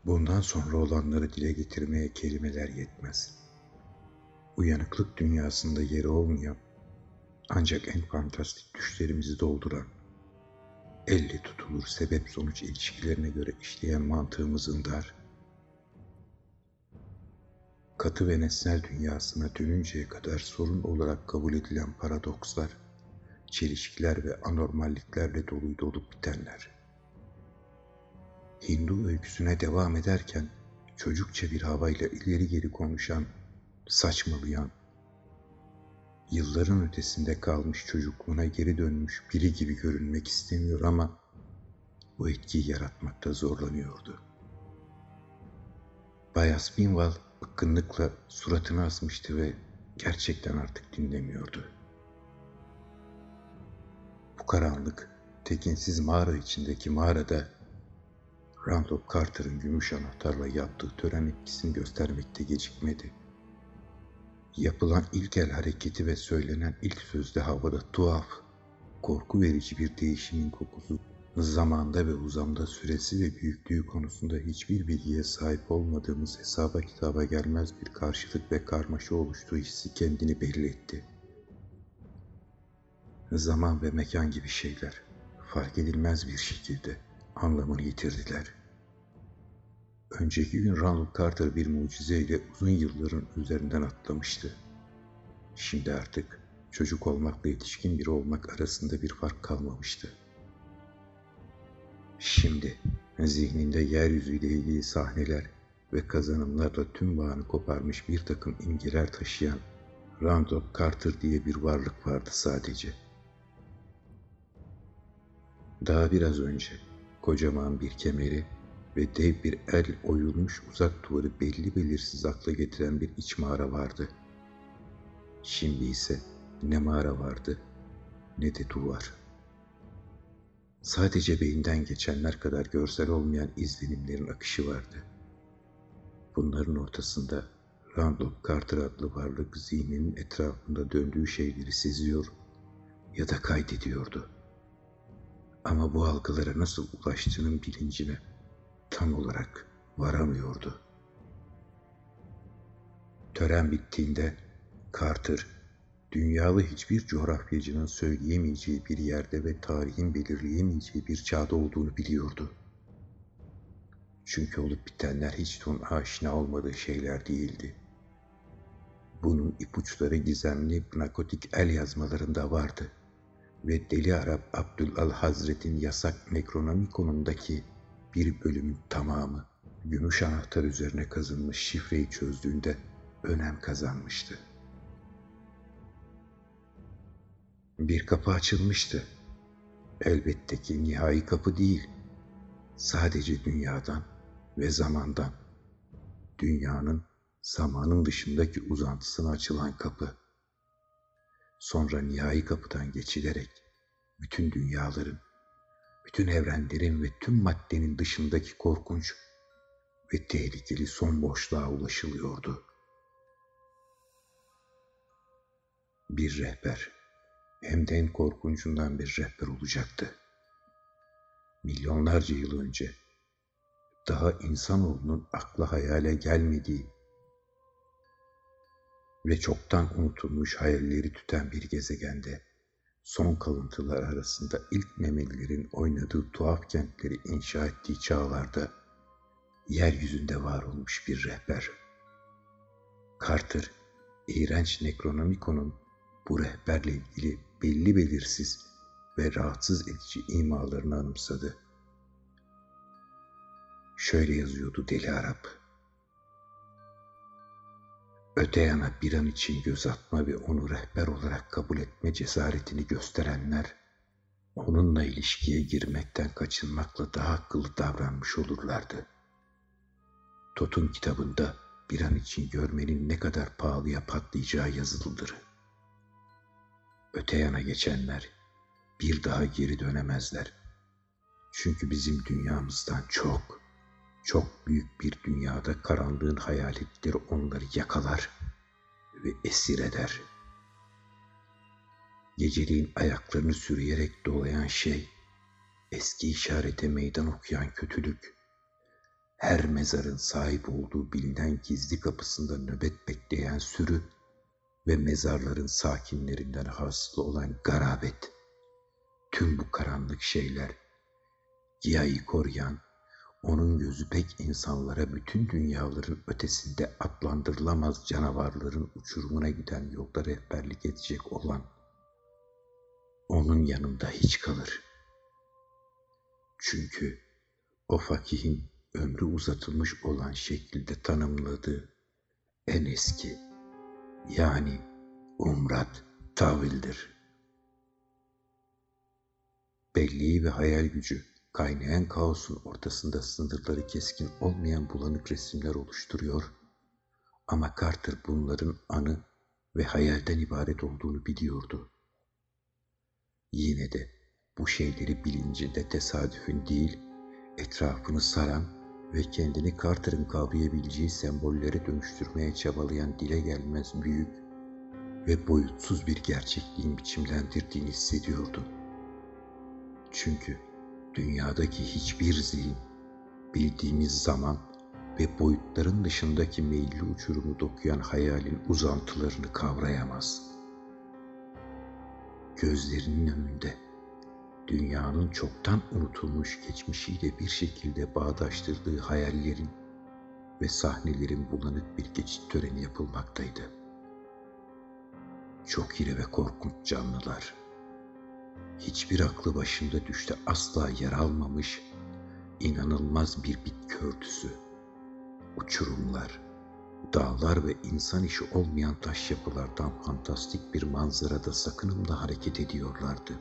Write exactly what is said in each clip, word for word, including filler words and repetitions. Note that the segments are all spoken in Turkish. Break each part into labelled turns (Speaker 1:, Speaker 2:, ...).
Speaker 1: Bundan sonra olanları dile getirmeye kelimeler yetmez. Uyanıklık dünyasında yeri olmayan, ancak en fantastik düşlerimizi dolduran, elle tutulur sebep sonuç ilişkilerine göre işleyen mantığımızın dar, katı ve nesnel dünyasına dönünceye kadar sorun olarak kabul edilen paradokslar, çelişkiler ve anormalliklerle doluydu olup bitenler. Hindu öyküsüne devam ederken çocukça bir havayla ileri geri konuşan, saçmalayan, yılların ötesinde kalmış çocukluğuna geri dönmüş biri gibi görünmek istemiyor ama bu etkiyi yaratmakta zorlanıyordu. Bay Aspinwall bıkkınlıkla suratını asmıştı ve gerçekten artık dinlemiyordu. Bu karanlık, tekinsiz mağara içindeki mağarada Randolph Carter'ın gümüş anahtarla yaptığı tören etkisini göstermekte gecikmedi. Yapılan ilk el hareketi ve söylenen ilk sözde havada tuhaf, korku verici bir değişimin kokusu, zamanda ve uzamda süresi ve büyüklüğü konusunda hiçbir bilgiye sahip olmadığımız hesaba kitaba gelmez bir karşılık ve karmaşa oluştuğu hissi kendini belli etti. Zaman ve mekan gibi şeyler, fark edilmez bir şekilde anlamını yitirdiler. Önceki gün Ronald Carter bir mucizeyle uzun yılların üzerinden atlamıştı. Şimdi artık çocuk olmakla yetişkin biri olmak arasında bir fark kalmamıştı. Şimdi zihninde yeryüzüyle ilgili sahneler ve kazanımlarla tüm bağını koparmış bir takım imgeler taşıyan Randolph Carter diye bir varlık vardı sadece. Daha biraz önce kocaman bir kemeri ve dev bir el oyulmuş uzak duvarı belli belirsiz akla getiren bir iç mağara vardı. Şimdi ise ne mağara vardı ne de duvar. Sadece beyinden geçenler kadar görsel olmayan izlenimlerin akışı vardı. Bunların ortasında Randolph Carter adlı varlık zihninin etrafında döndüğü şeyleri seziyor ya da kaydediyordu. Ama bu algılara nasıl ulaştığının bilincine tam olarak varamıyordu. Tören bittiğinde Carter, dünyalı hiçbir coğrafyacının söyleyemeyeceği bir yerde ve tarihin belirleyemeyeceği bir çağda olduğunu biliyordu. Çünkü olup bitenler hiç de onun aşina olmadığı şeyler değildi. Bunun ipuçları gizemli nakotik el yazmalarında vardı ve Deli Arap Abdülal Hazret'in yasak Necronomicon'undaki bir bölümün tamamı gümüş anahtar üzerine kazınmış şifreyi çözdüğünde önem kazanmıştı. Bir kapı açılmıştı. Elbette ki nihai kapı değil, sadece dünyadan ve zamandan, dünyanın zamanın dışındaki uzantısına açılan kapı. Sonra nihai kapıdan geçilerek bütün dünyaların, bütün evrenlerin ve tüm maddenin dışındaki korkunç ve tehlikeli son boşluğa ulaşılıyordu. Bir rehber, hem de en korkuncundan bir rehber olacaktı. Milyonlarca yıl önce, daha insanoğlunun akla hayale gelmediği ve çoktan unutulmuş hayalleri tüten bir gezegende, son kalıntılar arasında ilk memelilerin oynadığı tuhaf kentleri inşa ettiği çağlarda, yeryüzünde var olmuş bir rehber. Carter, iğrenç Necronomicon'un bu rehberle ilgili belli belirsiz ve rahatsız edici imalarını anımsadı. Şöyle yazıyordu Deli Arap: öte yana bir an için göz atma ve onu rehber olarak kabul etme cesaretini gösterenler, onunla ilişkiye girmekten kaçınmakla daha akıllı davranmış olurlardı. Tot'un kitabında bir an için görmenin ne kadar pahalıya patlayacağı yazılıdır. Öte yana geçenler bir daha geri dönemezler. Çünkü bizim dünyamızdan çok, çok büyük bir dünyada karanlığın hayaletleri onları yakalar ve esir eder. Geceliğin ayaklarını sürüyerek dolayan şey, eski işarete meydan okuyan kötülük, her mezarın sahip olduğu bilinen gizli kapısında nöbet bekleyen sürü ve mezarların sakinlerinden hasılı olan garabet, tüm bu karanlık şeyler, Giya'yı koruyan, onun gözü pek insanlara bütün dünyaların ötesinde adlandırılamaz canavarların uçurumuna giden yolda rehberlik edecek olan, onun yanında hiç kalır. Çünkü o fakihin ömrü uzatılmış olan şekilde tanımladığı en eski, yani umrat tavildir. Belleği ve hayal gücü, kaynayan kaosun ortasında sınırları keskin olmayan bulanık resimler oluşturuyor ama Carter bunların anı ve hayalden ibaret olduğunu biliyordu. Yine de bu şeyleri bilincinde tesadüfün değil, etrafını saran ve kendini Carter'ın kavrayabileceği sembollere dönüştürmeye çabalayan dile gelmez büyük ve boyutsuz bir gerçekliğin biçimlendirdiğini hissediyordu. Çünkü dünyadaki hiçbir zihin, bildiğimiz zaman ve boyutların dışındaki meyilli uçurumu dokuyan hayalin uzantılarını kavrayamaz. Gözlerinin önünde, dünyanın çoktan unutulmuş geçmişiyle bir şekilde bağdaştırdığı hayallerin ve sahnelerin bulanık bir geçit töreni yapılmaktaydı. Çok iri ve korkunç canlılar, hiçbir aklı başında düşte asla yer almamış, inanılmaz bir bitki örtüsü, uçurumlar, dağlar ve insan işi olmayan taş yapılardan fantastik bir manzarada sakınımla hareket ediyorlardı.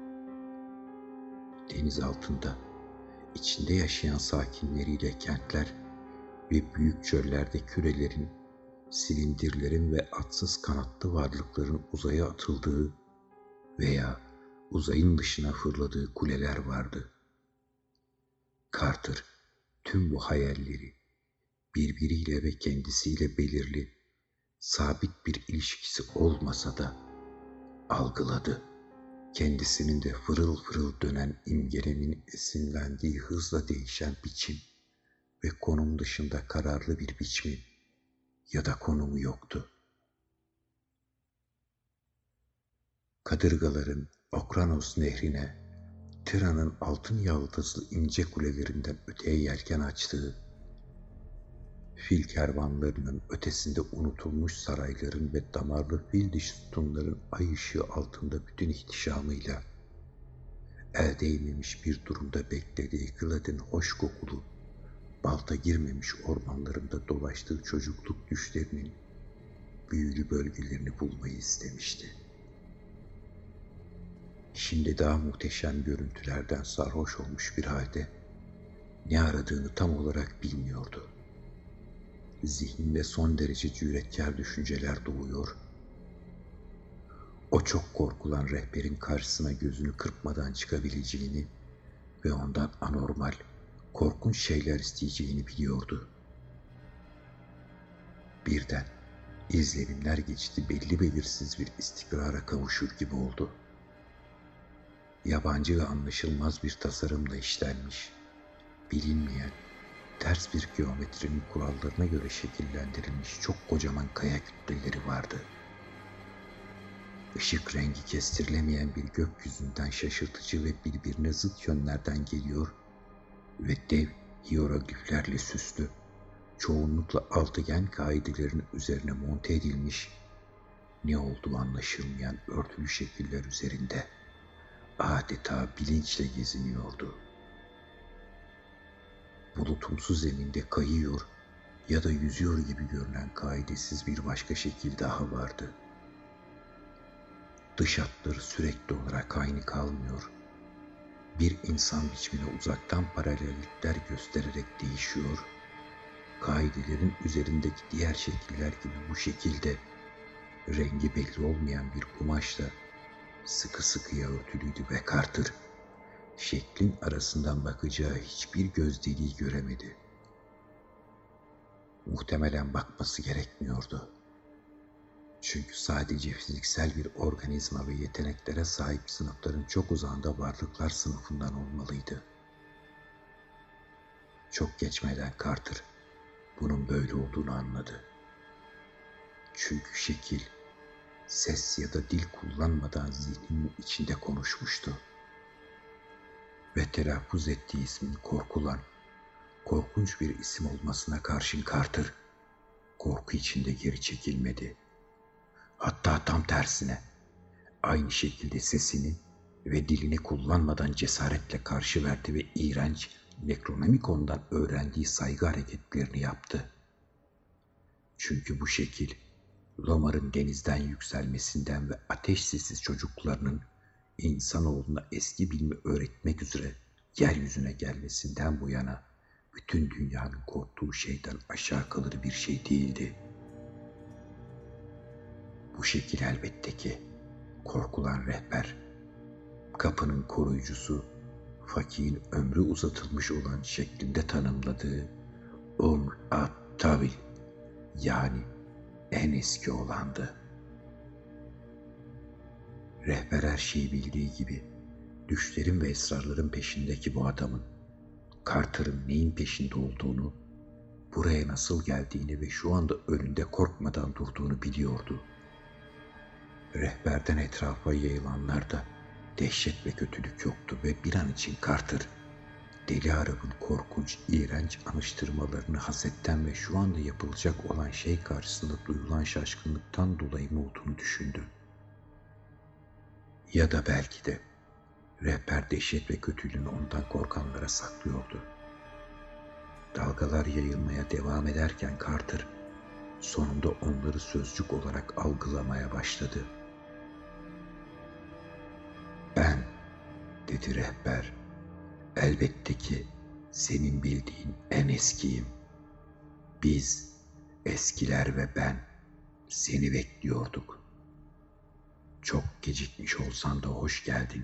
Speaker 1: Deniz altında, içinde yaşayan sakinleriyle kentler ve büyük çöllerde kürelerin, silindirlerin ve atsız kanatlı varlıkların uzaya atıldığı veya uzayın dışına fırladığı kuleler vardı. Carter tüm bu hayalleri birbiriyle ve kendisiyle belirli, sabit bir ilişkisi olmasa da algıladı. Kendisinin de fırıl fırıl dönen imgelemin esinlendiği hızla değişen biçim ve konum dışında kararlı bir biçimi ya da konumu yoktu. Kadırgaların Okranos nehrine, Tira'nın altın yaldızlı ince kulelerinden öteye yelken açtığı, fil kervanlarının ötesinde unutulmuş sarayların ve damarlı fil diş sütunların ay ışığı altında bütün ihtişamıyla, el değmemiş bir durumda beklediği Glad'in hoş kokulu, balta girmemiş ormanlarında dolaştığı çocukluk düşlerinin büyülü bölgelerini bulmayı istemişti. Şimdi daha muhteşem görüntülerden sarhoş olmuş bir halde ne aradığını tam olarak bilmiyordu. Zihninde son derece cüretkar düşünceler doğuyor. O çok korkulan rehberin karşısına gözünü kırpmadan çıkabileceğini ve ondan anormal, korkunç şeyler isteyeceğini biliyordu. Birden izlenimler geçti, belli belirsiz bir istikrara kavuşur gibi oldu. Yabancı ve anlaşılmaz bir tasarımla işlenmiş, bilinmeyen, ters bir geometrinin kurallarına göre şekillendirilmiş çok kocaman kaya kütleleri vardı. Işık rengi kestirilemeyen bir gökyüzünden şaşırtıcı ve birbirine zıt yönlerden geliyor ve dev hiyerogliflerle süslü, çoğunlukla altıgen kaidelerin üzerine monte edilmiş, ne olduğu anlaşılmayan örtülü şekiller üzerinde adeta bilinçle geziniyordu. Bulutumsu zeminde kayıyor ya da yüzüyor gibi görünen kaidesiz bir başka şekil daha vardı. Dış hatları sürekli olarak aynı kalmıyor. Bir insan biçimine uzaktan paralellikler göstererek değişiyor. Kaidelerin üzerindeki diğer şekiller gibi bu şekilde rengi belli olmayan bir kumaşla sıkı sıkıya örtülüydü ve Carter şeklin arasından bakacağı hiçbir göz deliği göremedi. Muhtemelen bakması gerekmiyordu. Çünkü sadece fiziksel bir organizma ve yeteneklere sahip sınıfların çok uzağında varlıklar sınıfından olmalıydı. Çok geçmeden Carter bunun böyle olduğunu anladı. Çünkü şekil, ses ya da dil kullanmadan zihninin içinde konuşmuştu. Ve telaffuz ettiği ismin korkulan, korkunç bir isim olmasına karşın Carter, korku içinde geri çekilmedi. Hatta tam tersine, aynı şekilde sesini ve dilini kullanmadan cesaretle karşı verdi ve iğrenç, Necronomicon'dan öğrendiği saygı hareketlerini yaptı. Çünkü bu şekil, Lomar'ın denizden yükselmesinden ve ateş sessiz çocuklarının insanoğluna eski bilimi öğretmek üzere yeryüzüne gelmesinden bu yana bütün dünyanın korktuğu şeyden aşağı kalır bir şey değildi. Bu şekil elbette ki korkulan rehber, kapının koruyucusu, fakirin ömrü uzatılmış olan şeklinde tanımladığı Umr at-Tavil, yani en eski olandı. Rehber her şeyi bildiği gibi düşlerin ve esrarların peşindeki bu adamın Carter'ın neyin peşinde olduğunu, buraya nasıl geldiğini ve şu anda önünde korkmadan durduğunu biliyordu. Rehberden etrafa yayılanlarda dehşet ve kötülük yoktu ve bir an için Carter, Deli Arap'ın korkunç, iğrenç anıştırmalarını hasetten ve şu anda yapılacak olan şey karşısında duyulan şaşkınlıktan dolayı mı olduğunu düşündü. Ya da belki de rehber dehşet ve kötülüğünü ondan korkanlara saklıyordu. Dalgalar yayılmaya devam ederken Carter sonunda onları sözcük olarak algılamaya başladı. "Ben," dedi rehber, "elbette ki senin bildiğin en eskiyim. Biz, eskiler ve ben seni bekliyorduk. Çok gecikmiş olsan da hoş geldin.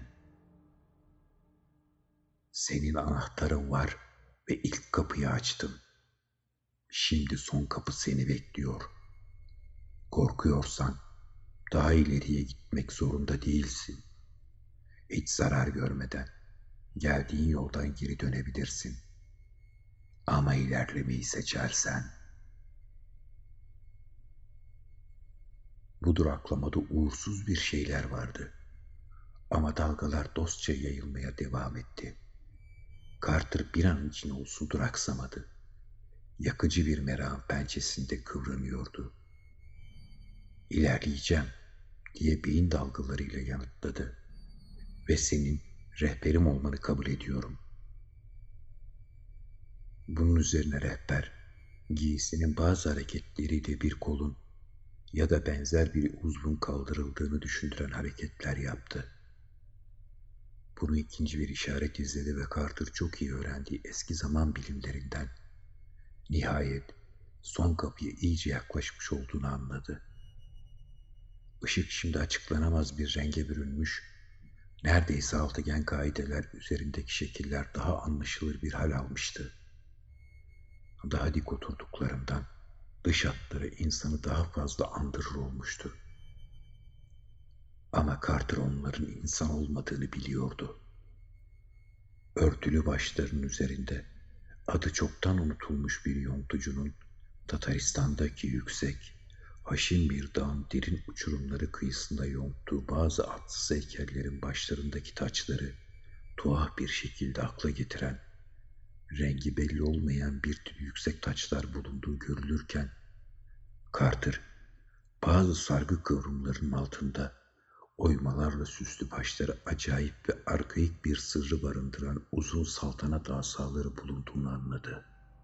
Speaker 1: Senin anahtarın var ve ilk kapıyı açtım. Şimdi son kapı seni bekliyor. Korkuyorsan daha ileriye gitmek zorunda değilsin. Hiç zarar görmeden geldiğin yoldan geri dönebilirsin. Ama ilerlemeyi seçersen..." Bu duraklamada uğursuz bir şeyler vardı. Ama dalgalar dostça yayılmaya devam etti. Carter bir an için olsun duraksamadı. Yakıcı bir merakın pençesinde kıvranıyordu. "İlerleyeceğim," diye beyin dalgalarıyla yanıtladı. "Ve senin rehberim olmanı kabul ediyorum." Bunun üzerine rehber, giysinin bazı hareketleriyle bir kolun ya da benzer bir uzvun kaldırıldığını düşündüren hareketler yaptı. Bunu ikinci bir işaret izledi ve Carter çok iyi öğrendiği eski zaman bilimlerinden nihayet son kapıya iyice yaklaşmış olduğunu anladı. Işık şimdi açıklanamaz bir renge bürünmüş, neredeyse altıgen kaideler üzerindeki şekiller daha anlaşılır bir hal almıştı. Daha dik oturduklarından dış hatları insanı daha fazla andırır olmuştu. Ama Carter onların insan olmadığını biliyordu. Örtülü başlarının üzerinde adı çoktan unutulmuş bir yontucunun Tataristan'daki yüksek, haşin bir dağın derin uçurumları kıyısında yonttuğu bazı atsız heykellerin başlarındaki taçları tuhaf bir şekilde akla getiren, rengi belli olmayan bir tür yüksek taçlar bulunduğu görülürken, Carter bazı sargı kıvrımlarının altında oymalarla süslü başları acayip ve arkaik bir sırrı barındıran uzun saltanat asaları bulunduğunu anladı.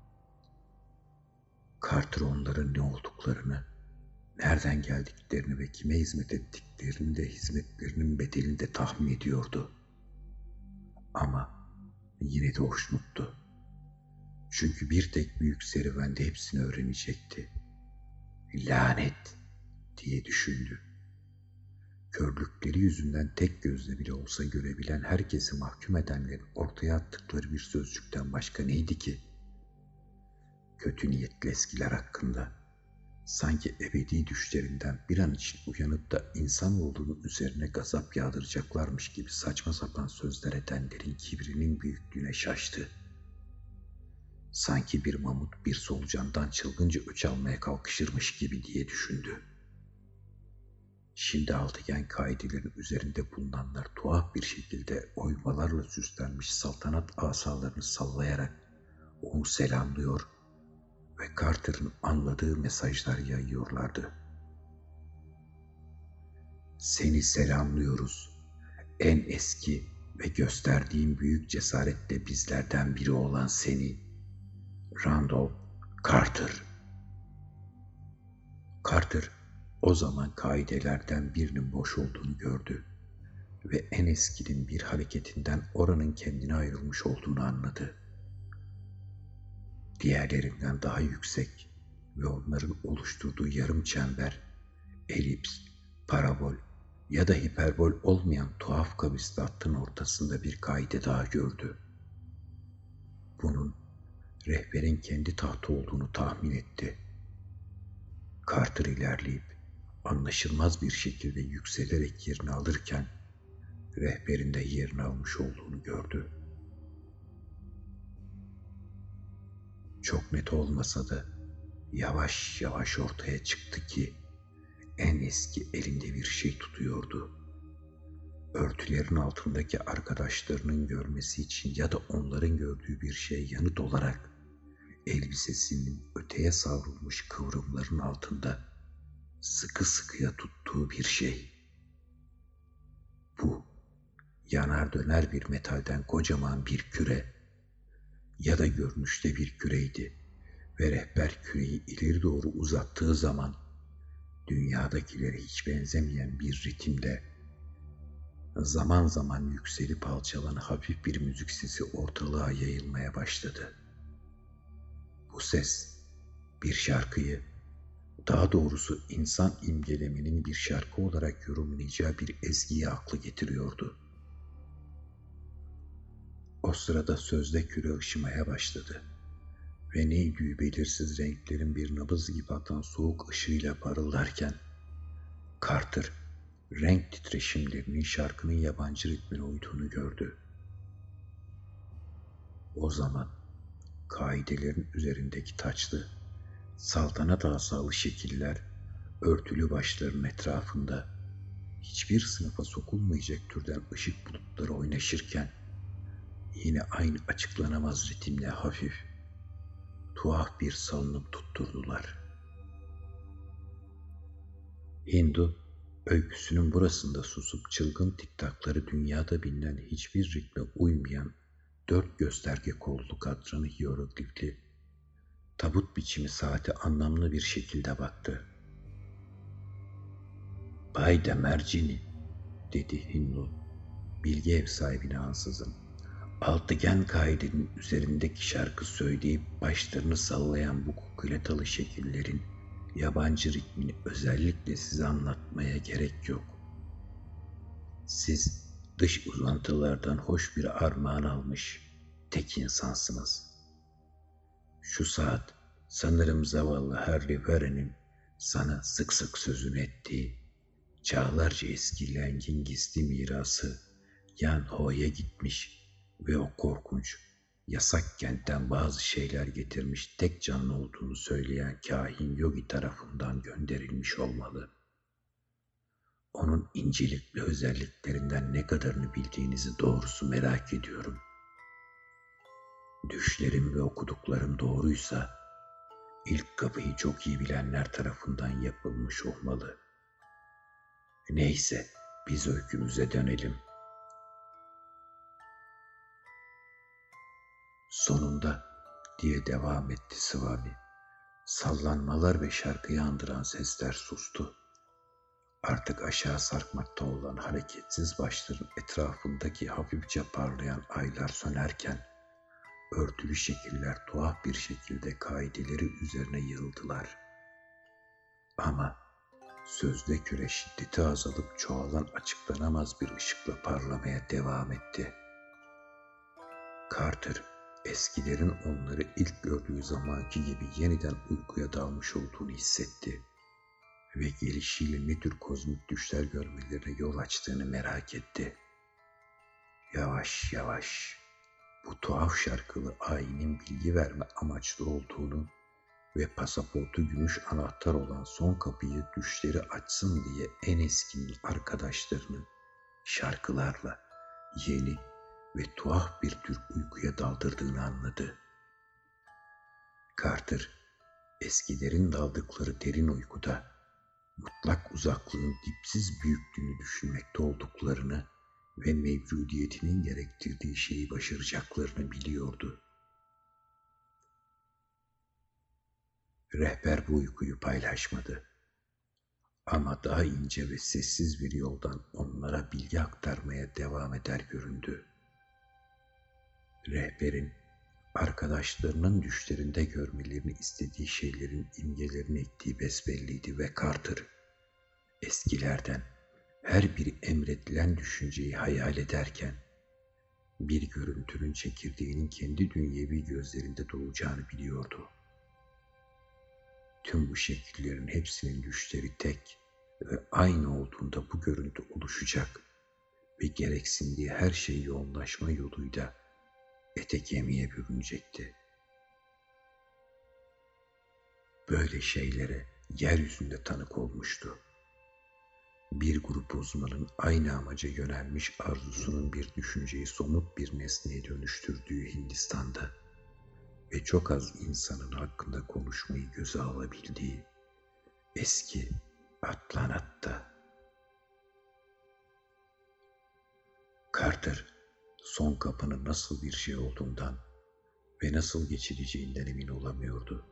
Speaker 1: Carter onların ne olduklarını, nereden geldiklerini ve kime hizmet ettiklerini de hizmetlerinin bedelini de tahmin ediyordu. Ama yine de hoşnuttu. Çünkü bir tek büyük serüvende hepsini öğrenecekti. "Lanet!" diye düşündü. Körlükleri yüzünden tek gözle bile olsa görebilen herkesi mahkum edenlerin ortaya attıkları bir sözcükten başka neydi ki? Kötü niyetli eskiler hakkında, sanki ebedi düşlerinden bir an için uyanıp da insanoğlunun üzerine gazap yağdıracaklarmış gibi saçma sapan sözler edenlerin kibrinin büyüklüğüne şaştı. Sanki bir mamut bir solucandan çılgınca öç almaya kalkışırmış gibi diye düşündü. Şimdi altıgen kaidelerin üzerinde bulunanlar tuhaf bir şekilde oymalarla süslenmiş saltanat asalarını sallayarak onu selamlıyor ve Carter'ın anladığı mesajlar yayıyorlardı. Seni selamlıyoruz. En eski ve gösterdiğin büyük cesaretle bizlerden biri olan seni, Randolph Carter. Carter o zaman kaidelerden birinin boş olduğunu gördü ve en eskinin bir hareketinden oranın kendine ayrılmış olduğunu anladı. Diğerlerinden daha yüksek ve onların oluşturduğu yarım çember, elips, parabol ya da hiperbol olmayan tuhaf kavisli hattın ortasında bir kaide daha gördü. Bunun rehberin kendi tahtı olduğunu tahmin etti. Carter ilerleyip anlaşılmaz bir şekilde yükselerek yerini alırken rehberin de yerini almış olduğunu gördü. Çok net olmasa da yavaş yavaş ortaya çıktı ki en eski elinde bir şey tutuyordu. Örtülerin altındaki arkadaşlarının görmesi için ya da onların gördüğü bir şey yanıt olarak elbisesinin öteye savrulmuş kıvrımların altında sıkı sıkıya tuttuğu bir şey. Bu yanar döner bir metalden kocaman bir küre ya da görünüşte bir küreydi ve rehber küreyi ileri doğru uzattığı zaman dünyadakilere hiç benzemeyen bir ritimde zaman zaman yükselip alçalan hafif bir müzik sesi ortalığa yayılmaya başladı. Bu ses bir şarkıyı, daha doğrusu insan imgeleminin bir şarkı olarak yorumlayacağı bir ezgiyi aklı getiriyordu. O sırada sözde küre ışımaya başladı ve neydi belirsiz renklerin bir nabız gibi atan soğuk ışığıyla parıldarken Carter renk titreşimlerinin şarkının yabancı ritmine uyduğunu gördü. O zaman kaidelerin üzerindeki taçlı, saltanat asalı şekiller örtülü başların etrafında hiçbir sınıfa sokulmayacak türden ışık bulutları oynaşırken yine aynı açıklanamaz ritimle hafif, tuhaf bir salınım tutturdular. Hindu, öyküsünün burasında susup çılgın tiktakları dünyada bilinen hiçbir ritme uymayan dört gösterge kollu katranı hieroglifli, tabut biçimi saate anlamlı bir şekilde baktı. "Bay Demercini," dedi Hindu, bilgi ev sahibine ansızın. Altıgen kaidenin üzerindeki şarkı söyleyip başlarını sallayan bu kukuletalı şekillerin yabancı ritmini özellikle size anlatmaya gerek yok. Siz dış uzantılardan hoş bir armağan almış tek insansınız. Şu saat sanırım zavallı Harry Warren'in sana sık sık sözünü ettiği çağlarca eskilen gizli mirası Yan Ho'ya gitmiş ve o korkunç, yasak kentten bazı şeyler getirmiş tek canlı olduğunu söyleyen kahin Yogi tarafından gönderilmiş olmalı. Onun incelikli özelliklerinden ne kadarını bildiğinizi doğrusu merak ediyorum. Düşlerim ve okuduklarım doğruysa, ilk kapıyı çok iyi bilenler tarafından yapılmış olmalı. Neyse, biz öykümüze dönelim. Sonunda, diye devam etti Swami, sallanmalar ve şarkıyı andıran sesler sustu. Artık aşağı sarkmakta olan hareketsiz başların etrafındaki hafifçe parlayan aylar sönerken, örtülü şekiller tuhaf bir şekilde kaideleri üzerine yığıldılar. Ama sözde küre şiddeti azalıp çoğalan açıklanamaz bir ışıkla parlamaya devam etti. Carter, eskilerin onları ilk gördüğü zamanki gibi yeniden uykuya dalmış olduğunu hissetti ve gelişiyle ne tür kozmik düşler görmelerine yol açtığını merak etti. Yavaş yavaş, bu tuhaf şarkılı ayinin bilgi verme amaçlı olduğunu ve pasaportu gümüş anahtar olan son kapıyı düşleri açsın diye en eskinin arkadaşlarını şarkılarla yeni ve tuhaf bir tür uykuya daldırdığını anladı. Carter, eskilerin daldıkları derin uykuda mutlak uzaklığın dipsiz büyüklüğünü düşünmekte olduklarını ve mevcudiyetinin gerektirdiği şeyi başaracaklarını biliyordu. Rehber bu uykuyu paylaşmadı. Ama daha ince ve sessiz bir yoldan onlara bilgi aktarmaya devam eder göründü. Rehberin, arkadaşlarının düşlerinde görmelerini istediği şeylerin imgelerini ektiği besbelliydi ve Carter, eskilerden her biri emredilen düşünceyi hayal ederken, bir görüntünün çekirdeğinin kendi dünyevi gözlerinde doğacağını biliyordu. Tüm bu şekillerin hepsinin düşleri tek ve aynı olduğunda bu görüntü oluşacak ve gereksindiği her şey yoğunlaşma yoluyla ete kemiğe bürünecekti. Böyle şeylere yeryüzünde tanık olmuştu. Bir grup uzmanın aynı amaca yönelmiş arzusunun bir düşünceyi somut bir nesneye dönüştürdüğü Hindistan'da ve çok az insanın hakkında konuşmayı göze alabildiği eski Atlanta'da. Carter, son kapının nasıl bir şey olduğundan ve nasıl geçileceğinden emin olamıyordu.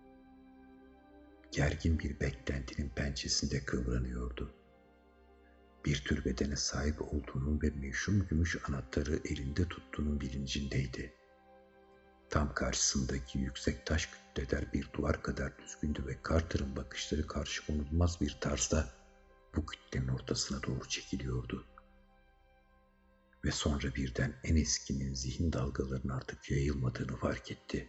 Speaker 1: Gergin bir beklentinin pençesinde kıvranıyordu. Bir tür bedene sahip olduğunun ve meşhum gümüş anahtarı elinde tuttuğunun bilincindeydi. Tam karşısındaki yüksek taş kütleler bir duvar kadar düzgündü ve Carter'ın bakışları karşı konulmaz bir tarzda bu kütlenin ortasına doğru çekiliyordu. Ve sonra birden en eskinin zihin dalgalarının artık yayılmadığını fark etti.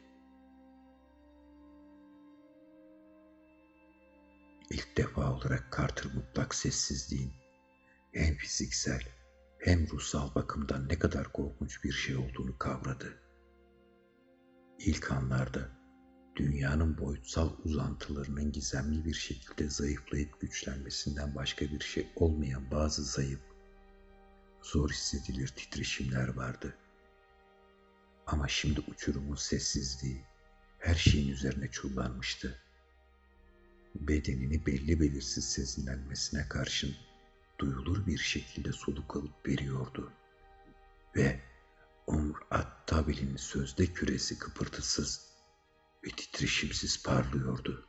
Speaker 1: İlk defa olarak Carter mutlak sessizliğin hem fiziksel hem ruhsal bakımdan ne kadar korkunç bir şey olduğunu kavradı. İlk anlarda dünyanın boyutsal uzantılarının gizemli bir şekilde zayıflayıp güçlenmesinden başka bir şey olmayan bazı zayıf, zor hissedilir titreşimler vardı. Ama şimdi uçurumun sessizliği her şeyin üzerine çullanmıştı. Bedenini belli belirsiz sezinlenmesine karşın duyulur bir şekilde soluk alıp veriyordu. Ve Umr at-Tabil'in sözde küresi kıpırtısız ve titreşimsiz parlıyordu.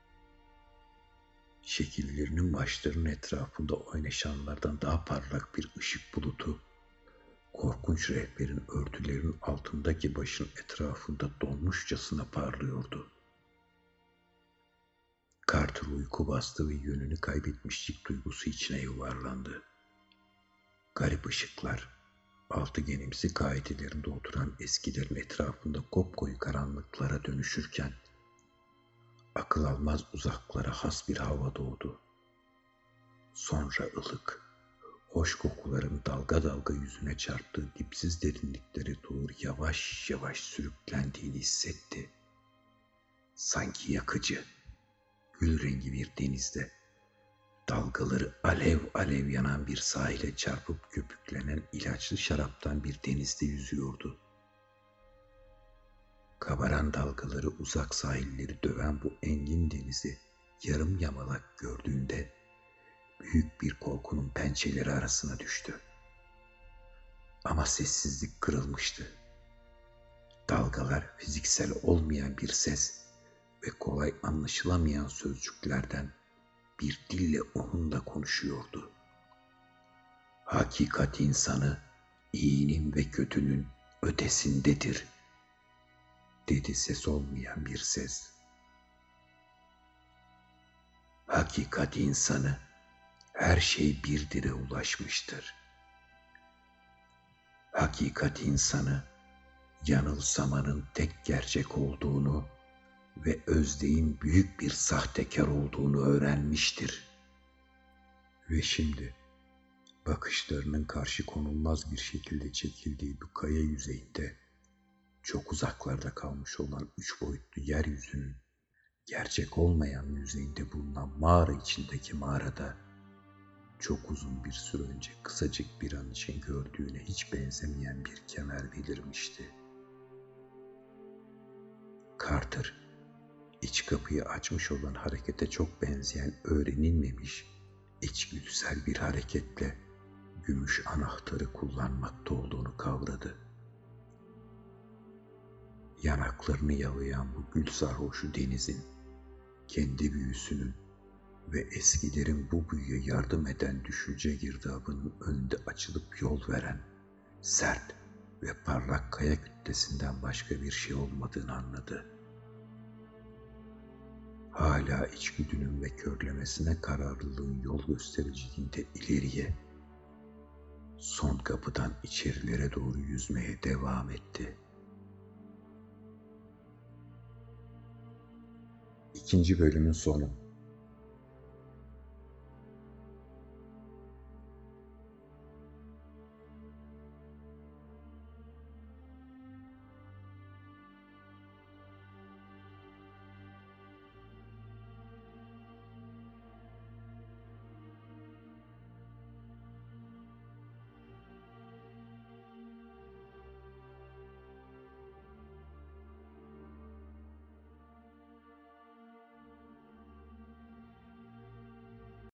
Speaker 1: Şekillerinin başlarının etrafında oynaşanlardan daha parlak bir ışık bulutu, korkunç rehberin örtülerinin altındaki başın etrafında donmuşçasına parlıyordu. Carter uyku bastı ve yönünü kaybetmişlik duygusu içine yuvarlandı. Garip ışıklar, altıgenimsi kaidelerinde oturan eskilerin etrafında kopkoyu karanlıklara dönüşürken, akıl almaz uzaklara has bir hava doğdu. Sonra ılık, hoş kokuların dalga dalga yüzüne çarptığı dipsiz derinliklere doğru yavaş yavaş sürüklendiğini hissetti. Sanki yakıcı, gül rengi bir denizde, dalgaları alev alev yanan bir sahile çarpıp köpüklenen ilaçlı şaraptan bir denizde yüzüyordu. Kabaran dalgaları uzak sahilleri döven bu engin denizi yarım yamalak gördüğünde büyük bir korkunun pençeleri arasına düştü. Ama sessizlik kırılmıştı. Dalgalar fiziksel olmayan bir ses ve kolay anlaşılamayan sözcüklerden bir dille onunla konuşuyordu. Hakikat insanı iyinin ve kötünün ötesindedir, dedi ses olmayan bir ses. Hakikat insanı her şey birdire ulaşmıştır. Hakikat insanı yanılsamanın tek gerçek olduğunu ve özdeğin büyük bir sahtekar olduğunu öğrenmiştir. Ve şimdi bakışlarının karşı konulmaz bir şekilde çekildiği bu kaya yüzeyinde çok uzaklarda kalmış olan üç boyutlu yeryüzünün gerçek olmayan yüzeyinde bulunan mağara içindeki mağarada çok uzun bir süre önce kısacık bir an için gördüğüne hiç benzemeyen bir kemer belirmişti. Carter, iç kapıyı açmış olan harekete çok benzeyen öğrenilmemiş, içgüdüsel bir hareketle gümüş anahtarı kullanmakta olduğunu kavradı. Yanaklarını yalayan bu gül sarhoşu denizin, kendi büyüsünün ve eskilerin bu büyüye yardım eden düşünce girdabının önünde açılıp yol veren, sert ve parlak kaya kütlesinden başka bir şey olmadığını anladı. Hala içgüdünün ve körlemesine kararlılığın yol göstericiliğinde ileriye, son kapıdan içerilere doğru yüzmeye devam etti. İkinci bölümün sonu.